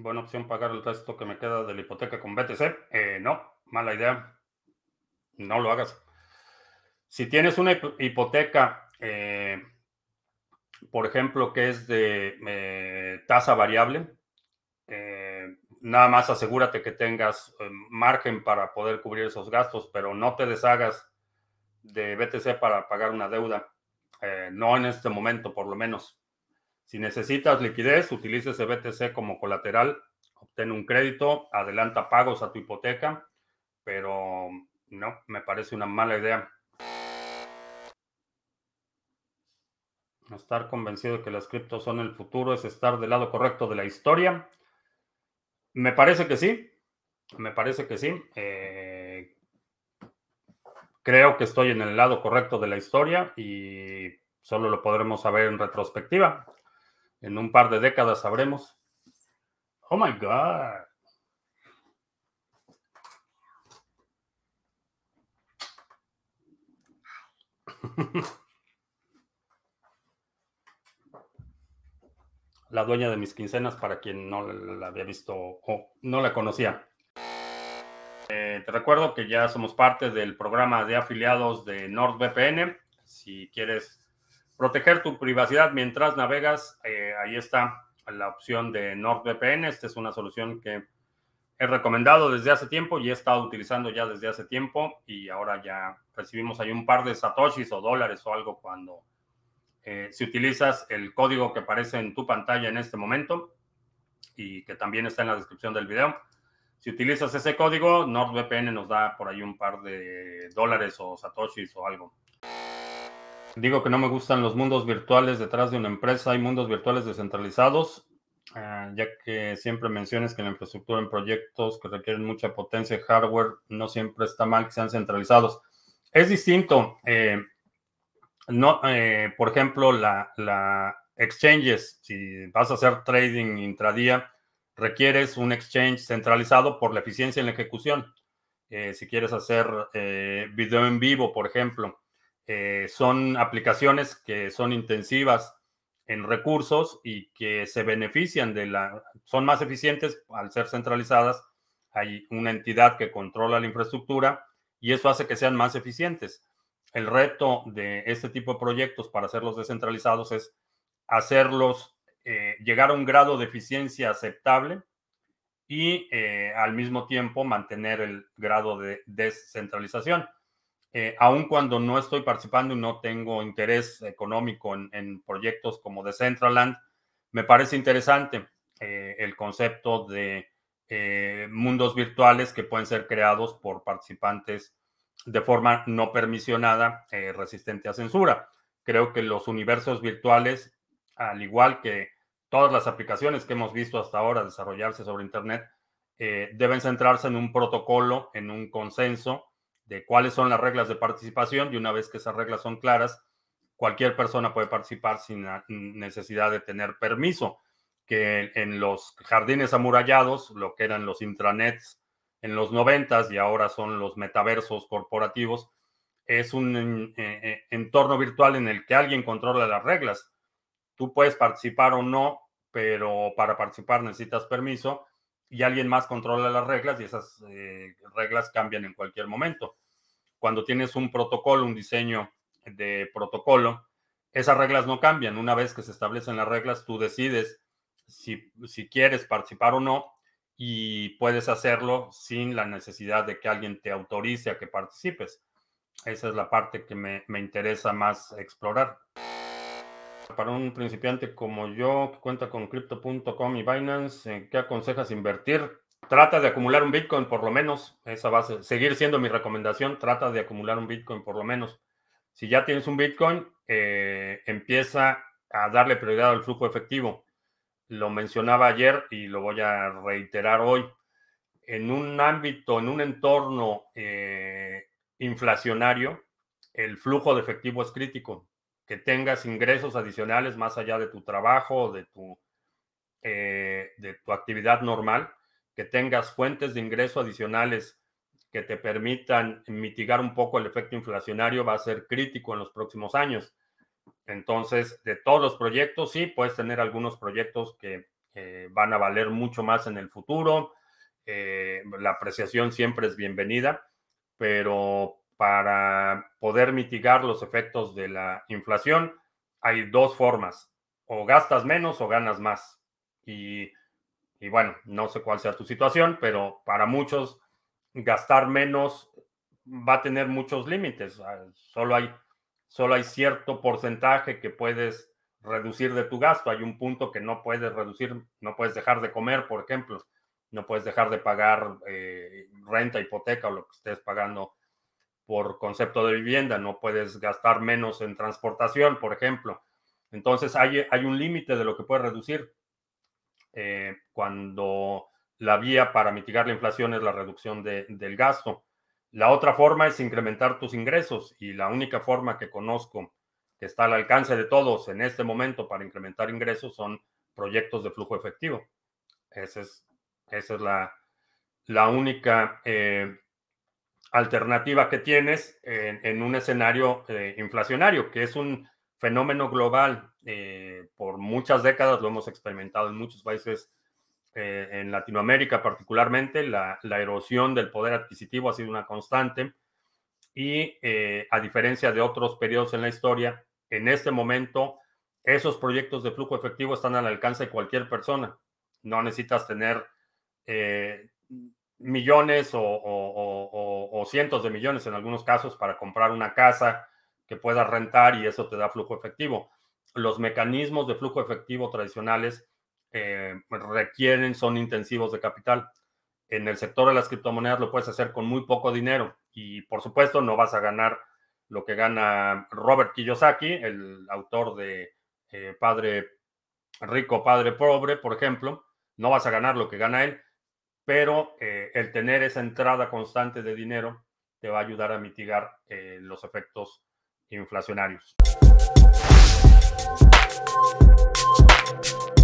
Buena opción pagar el resto que me queda de la hipoteca con BTC. No, mala idea. No lo hagas. Si tienes una hipoteca, por ejemplo, que es de tasa variable, nada más asegúrate que tengas margen para poder cubrir esos gastos, pero no te deshagas de BTC para pagar una deuda. No en este momento, por lo menos. Si necesitas liquidez, utiliza ese BTC como colateral, obtén un crédito, adelanta pagos a tu hipoteca, pero no, me parece una mala idea. Estar convencido de que las criptos son el futuro es estar del lado correcto de la historia. Me parece que sí, me parece que sí. Creo que estoy en el lado correcto de la historia y solo lo podremos saber en retrospectiva. En un par de décadas sabremos. Oh my God. La dueña de mis quincenas, para quien no la había visto o no la conocía. Te recuerdo que ya somos parte del programa de afiliados de NordVPN. Si quieres proteger tu privacidad mientras navegas, ahí está la opción de NordVPN. Esta es una solución que he recomendado desde hace tiempo y he estado utilizando ya desde hace tiempo y ahora ya recibimos ahí un par de satoshis o dólares o algo cuando si utilizas el código que aparece en tu pantalla en este momento y que también está en la descripción del video. Si utilizas ese código, NordVPN nos da por ahí un par de dólares o satoshis o algo. Digo que no me gustan los mundos virtuales detrás de una empresa. Hay mundos virtuales descentralizados, ya que siempre mencionas que la infraestructura en proyectos que requieren mucha potencia de hardware no siempre está mal que sean centralizados. Es distinto. No, por ejemplo, la exchanges, si vas a hacer trading intradía, requieres un exchange centralizado por la eficiencia en la ejecución. Si quieres hacer video en vivo, por ejemplo, son aplicaciones que son intensivas en recursos y que se benefician son más eficientes al ser centralizadas. Hay una entidad que controla la infraestructura y eso hace que sean más eficientes. El reto de este tipo de proyectos para hacerlos descentralizados es hacerlos llegar a un grado de eficiencia aceptable y al mismo tiempo mantener el grado de descentralización. Aun cuando no estoy participando y no tengo interés económico en proyectos como Decentraland, me parece interesante el concepto de mundos virtuales que pueden ser creados por participantes de forma no permisionada, resistente a censura. Creo que los universos virtuales, al igual que todas las aplicaciones que hemos visto hasta ahora desarrollarse sobre Internet, deben centrarse en un protocolo, en un consenso de cuáles son las reglas de participación y una vez que esas reglas son claras, cualquier persona puede participar sin necesidad de tener permiso, que en los jardines amurallados, lo que eran los intranets en los 90 y ahora son los metaversos corporativos, es un entorno virtual en el que alguien controla las reglas. Tú puedes participar o no, pero para participar necesitas permiso y alguien más controla las reglas y esas reglas cambian en cualquier momento. Cuando tienes un protocolo, un diseño de protocolo, esas reglas no cambian. Una vez que se establecen las reglas, tú decides si quieres participar o no y puedes hacerlo sin la necesidad de que alguien te autorice a que participes. Esa es la parte que me interesa más explorar. Para un principiante como yo, que cuenta con Crypto.com y Binance, ¿en qué aconsejas invertir? Trata de acumular un Bitcoin por lo menos. Esa va a seguir siendo mi recomendación. Trata de acumular un Bitcoin por lo menos. Si ya tienes un Bitcoin, empieza a darle prioridad al flujo efectivo. Lo mencionaba ayer y lo voy a reiterar hoy. En un ámbito, en un entorno inflacionario, el flujo de efectivo es crítico. Que tengas ingresos adicionales más allá de tu trabajo, de tu actividad normal, que tengas fuentes de ingreso adicionales que te permitan mitigar un poco el efecto inflacionario va a ser crítico en los próximos años. Entonces, de todos los proyectos, sí, puedes tener algunos proyectos que van a valer mucho más en el futuro. La apreciación siempre es bienvenida, pero para poder mitigar los efectos de la inflación hay dos formas: o gastas menos o ganas más. Y bueno, no sé cuál sea tu situación, pero para muchos gastar menos va a tener muchos límites. Solo hay cierto porcentaje que puedes reducir de tu gasto. Hay un punto que no puedes reducir, no puedes dejar de comer, por ejemplo. No puedes dejar de pagar renta, hipoteca o lo que estés pagando por concepto de vivienda. No puedes gastar menos en transportación, por ejemplo. Entonces hay un límite de lo que puedes reducir. Cuando la vía para mitigar la inflación es la reducción del gasto. La otra forma es incrementar tus ingresos, y la única forma que conozco que está al alcance de todos en este momento para incrementar ingresos son proyectos de flujo efectivo. Esa es la única alternativa que tienes en un escenario inflacionario, que es un fenómeno global. Por muchas décadas lo hemos experimentado en muchos países, en Latinoamérica particularmente. La erosión del poder adquisitivo ha sido una constante, y a diferencia de otros periodos en la historia, en este momento esos proyectos de flujo efectivo están al alcance de cualquier persona. No necesitas tener millones o cientos de millones en algunos casos para comprar una casa que puedas rentar, y eso te da flujo efectivo. Los mecanismos de flujo efectivo tradicionales son intensivos de capital. En el sector de las criptomonedas lo puedes hacer con muy poco dinero, y por supuesto no vas a ganar lo que gana Robert Kiyosaki, el autor de Padre Rico, Padre Pobre, por ejemplo. No vas a ganar lo que gana él, pero el tener esa entrada constante de dinero te va a ayudar a mitigar los efectos inflacionarios.